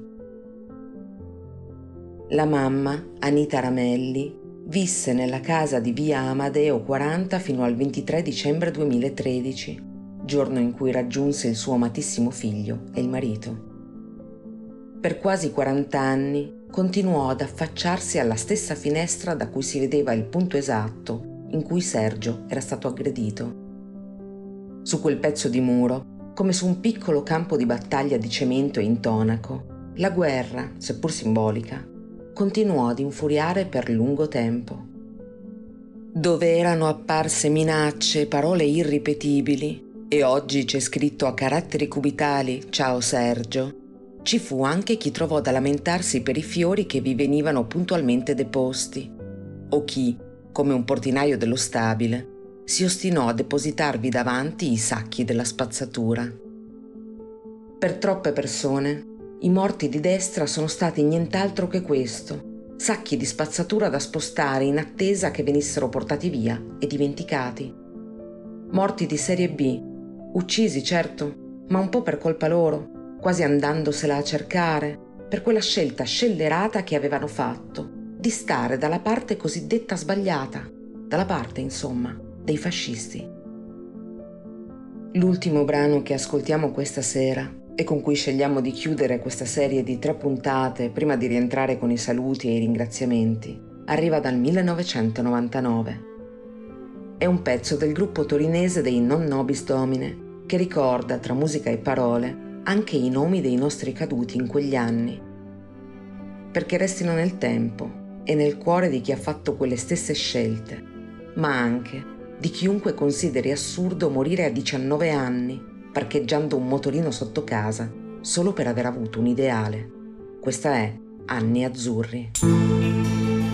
La mamma, Anita Ramelli, visse nella casa di via Amadeo quaranta fino al ventitré dicembre duemilatredici, giorno in cui raggiunse il suo amatissimo figlio e il marito. Per quasi quaranta anni continuò ad affacciarsi alla stessa finestra da cui si vedeva il punto esatto in cui Sergio era stato aggredito. Su quel pezzo di muro, come su un piccolo campo di battaglia di cemento e intonaco, la guerra, seppur simbolica, continuò ad infuriare per lungo tempo. Dove erano apparse minacce e parole irripetibili, e oggi c'è scritto a caratteri cubitali «Ciao Sergio», ci fu anche chi trovò da lamentarsi per i fiori che vi venivano puntualmente deposti, o chi, come un portinaio dello stabile, si ostinò a depositarvi davanti i sacchi della spazzatura. Per troppe persone, i morti di destra sono stati nient'altro che questo, sacchi di spazzatura da spostare in attesa che venissero portati via e dimenticati. Morti di serie B, uccisi certo, ma un po' per colpa loro, quasi andandosela a cercare, per quella scelta scellerata che avevano fatto, di stare dalla parte cosiddetta sbagliata, dalla parte, insomma, dei fascisti. L'ultimo brano che ascoltiamo questa sera e con cui scegliamo di chiudere questa serie di tre puntate prima di rientrare con i saluti e i ringraziamenti, arriva dal millenovecentonovantanove. È un pezzo del gruppo torinese dei Non Nobis Domine che ricorda, tra musica e parole, anche i nomi dei nostri caduti in quegli anni, perché restino nel tempo e nel cuore di chi ha fatto quelle stesse scelte, ma anche di chiunque consideri assurdo morire a diciannove anni parcheggiando un motorino sotto casa solo per aver avuto un ideale. Questa è Anni Azzurri.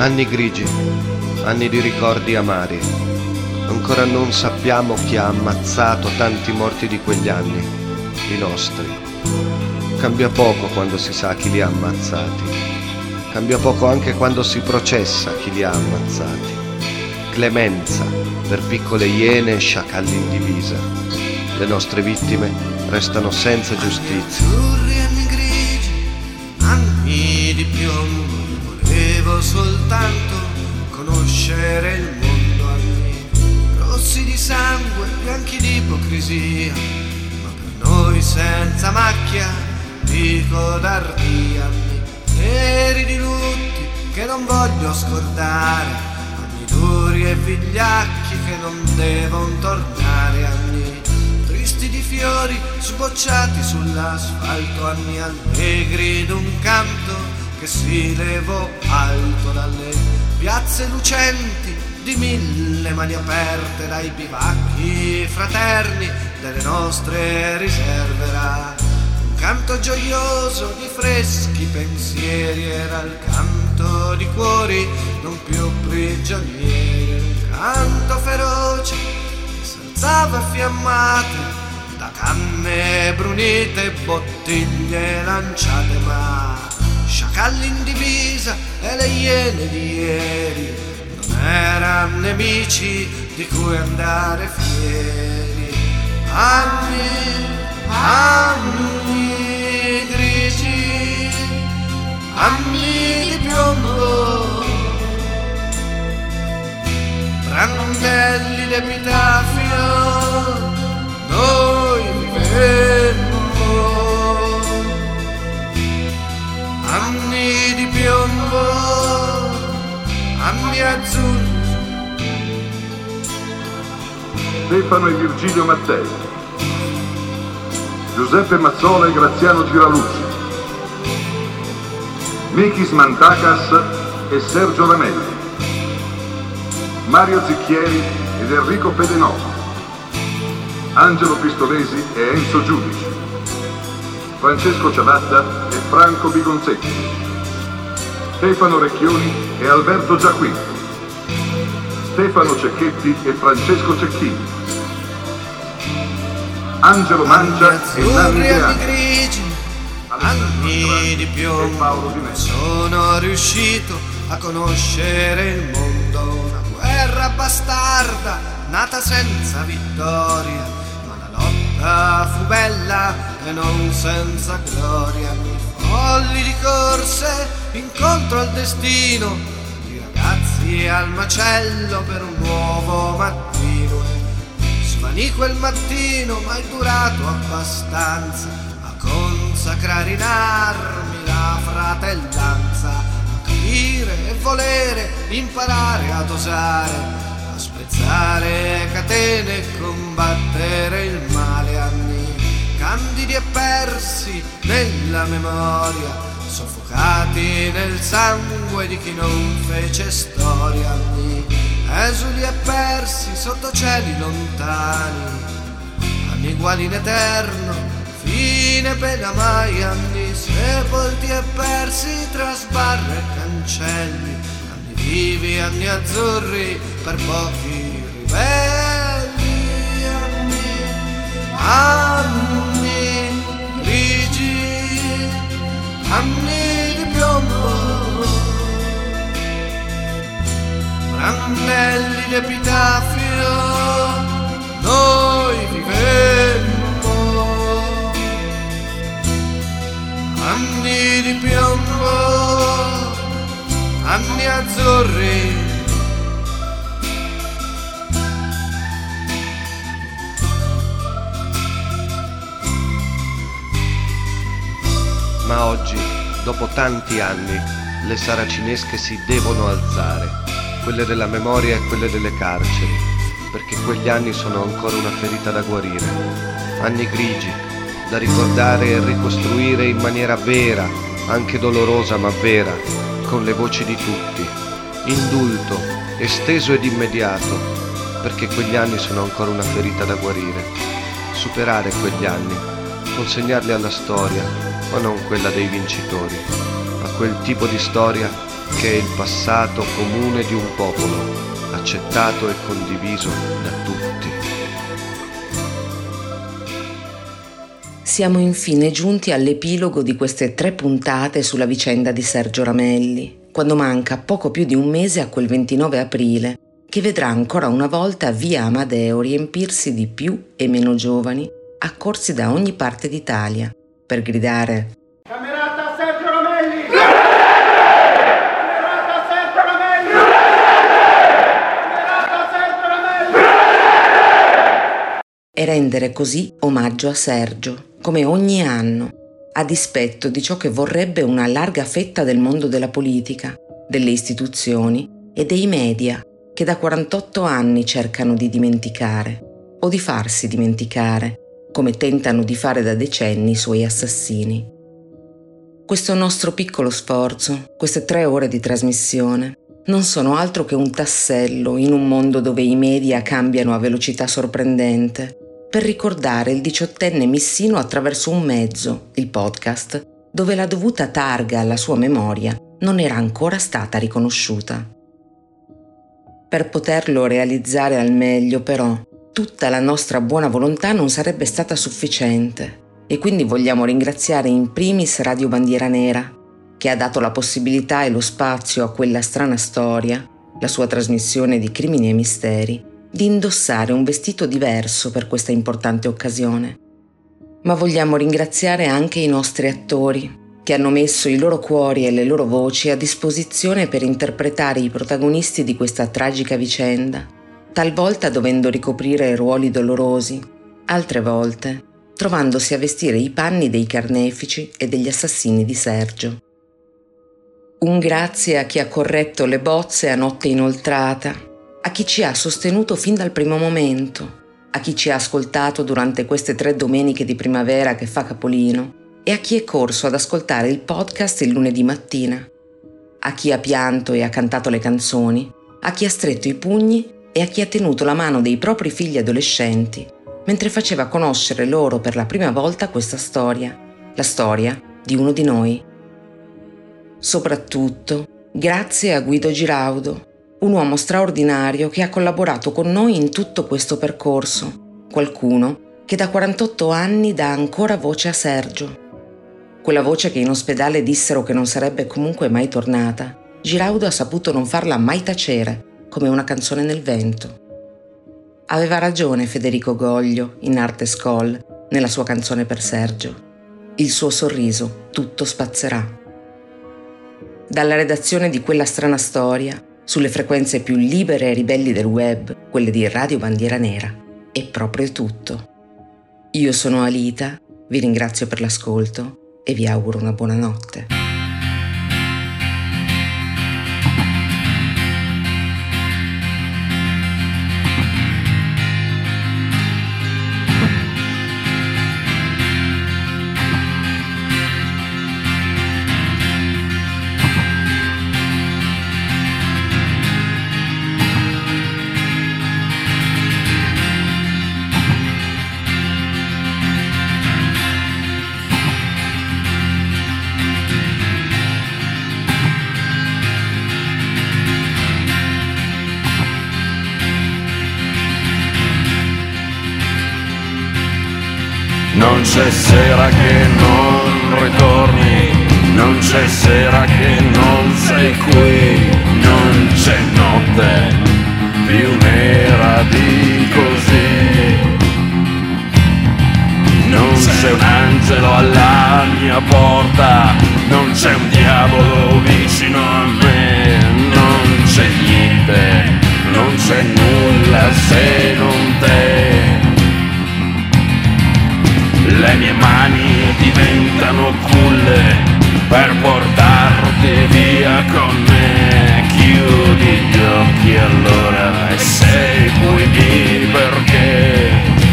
Anni grigi, anni di ricordi amari. Ancora non sappiamo chi ha ammazzato tanti morti di quegli anni, i nostri. Cambia poco quando si sa chi li ha ammazzati. Cambia poco anche quando si processa chi li ha ammazzati. Clemenza per piccole iene e sciacalli in divisa. Le nostre vittime restano senza giustizia. Azzurri anni grigi, anni di piombo, volevo soltanto conoscere il mondo. Anni rossi di sangue, bianchi di ipocrisia, ma per noi senza macchia di codardia. Anni neri di lutti che non voglio scordare, anni duri e vigliacchi che non devono tornare. Anni tristi di fiori sbocciati sull'asfalto, anni allegri d'un canto che si levò alto dalle piazze lucenti di mille mani aperte, dai bivacchi fraterni delle nostre riserve. Era un canto gioioso di freschi pensieri, era il canto di cuori non più prigionieri, un canto feroce che s'alzava fiammate da canne brunite e bottiglie lanciate, ma sciacalli in divisa e le iene di ieri non erano nemici di cui andare fieri. Anni, anni grigi, anni di piombo, brandelli d'epitafio, noi vivemmo. Anni di piombo, anni azzurri. Stefano e Virgilio Mattei, Giuseppe Mazzola e Graziano Giralucci, Mikis Mantakas e Sergio Ramelli, Mario Zicchieri ed Enrico Pedenovo, Angelo Pistolesi e Enzo Giudici, Francesco Ciabatta e Franco Bigonzetti, Stefano Recchioni e Alberto Giacquini, Stefano Cecchetti e Francesco Cecchini, Angelo Mancia e Nanni Deani, grigi, anni di piombo, sono riuscito a conoscere il mondo. Una guerra bastarda nata senza vittoria, ma la lotta fu bella e non senza gloria. Anni folli di corse incontro al destino, di ragazzi al macello per un nuovo mattino. Svanì quel mattino, ma è durato abbastanza a consacrare in armi la fratellanza, a capire e volere, imparare ad osare, a spezzare catene e combattere il male. Anni candidi e persi nella memoria, soffocati nel sangue di chi non fece storia. Anni esuli e persi sotto cieli lontani, anni uguali in eterno, fine pena mai. Anni sepolti e persi tra sbarre e cancelli, anni vivi, anni azzurri per pochi ribelli. Anni, anni grigi, anni di piombo, brandelli d'epitafio, noi vivemmo. Anni di piombo, anni azzurri. Ma oggi, dopo tanti anni, le saracinesche si devono alzare, quelle della memoria e quelle delle carceri, perché quegli anni sono ancora una ferita da guarire, anni grigi, da ricordare e ricostruire in maniera vera, anche dolorosa ma vera, con le voci di tutti, indulto, esteso ed immediato, perché quegli anni sono ancora una ferita da guarire, superare quegli anni, consegnarli alla storia, ma non quella dei vincitori, a quel tipo di storia che è il passato comune di un popolo, accettato e condiviso da tutti. Siamo infine giunti all'epilogo di queste tre puntate sulla vicenda di Sergio Ramelli, quando manca poco più di un mese a quel ventinove aprile, che vedrà ancora una volta via Amadeo riempirsi di più e meno giovani accorsi da ogni parte d'Italia per gridare Camerata Sergio Ramelli! Camerata Sergio Ramelli! Camerata Sergio Ramelli! e rendere così omaggio a Sergio, come ogni anno, a dispetto di ciò che vorrebbe una larga fetta del mondo della politica, delle istituzioni e dei media, che da quarantotto anni cercano di dimenticare o di farsi dimenticare, come tentano di fare da decenni i suoi assassini. Questo nostro piccolo sforzo, queste tre ore di trasmissione, non sono altro che un tassello in un mondo dove i media cambiano a velocità sorprendente, per ricordare il diciottenne Missino attraverso un mezzo, il podcast, dove la dovuta targa alla sua memoria non era ancora stata riconosciuta. Per poterlo realizzare al meglio, però, tutta la nostra buona volontà non sarebbe stata sufficiente e quindi vogliamo ringraziare in primis Radio Bandiera Nera, che ha dato la possibilità e lo spazio a quella strana storia, la sua trasmissione di crimini e misteri, di indossare un vestito diverso per questa importante occasione. Ma vogliamo ringraziare anche i nostri attori, che hanno messo i loro cuori e le loro voci a disposizione per interpretare i protagonisti di questa tragica vicenda, talvolta dovendo ricoprire ruoli dolorosi, altre volte trovandosi a vestire i panni dei carnefici e degli assassini di Sergio. Un grazie a chi ha corretto le bozze a notte inoltrata, a chi ci ha sostenuto fin dal primo momento, a chi ci ha ascoltato durante queste tre domeniche di primavera che fa capolino e a chi è corso ad ascoltare il podcast il lunedì mattina, a chi ha pianto e ha cantato le canzoni, a chi ha stretto i pugni e a chi ha tenuto la mano dei propri figli adolescenti mentre faceva conoscere loro per la prima volta questa storia, la storia di uno di noi. Soprattutto grazie a Guido Giraudo, un uomo straordinario che ha collaborato con noi in tutto questo percorso, qualcuno che da quarantotto anni dà ancora voce a Sergio. Quella voce che in ospedale dissero che non sarebbe comunque mai tornata, Giraudo ha saputo non farla mai tacere, come una canzone nel vento. Aveva ragione Federico Goglio, in Arte Scholl, nella sua canzone per Sergio. Il suo sorriso tutto spazzerà. Dalla redazione di quella strana storia, sulle frequenze più libere e ribelli del web, quelle di Radio Bandiera Nera, è proprio tutto. Io sono Alita, vi ringrazio per l'ascolto e vi auguro una buona notte. Non c'è sera che non ritorni, non c'è sera che non sei qui, non c'è notte più nera di così. Non c'è un angelo alla mia porta, non c'è un diavolo vicino a me, non c'è niente, non c'è nulla se non te. Le mie mani diventano culle per portarti via con me. Chiudi gli occhi allora e seguimi perché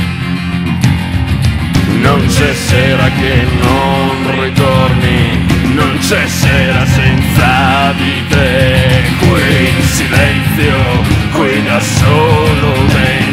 non c'è sera che non ritorni, non c'è sera senza di te. Qui in silenzio, qui da solo dentro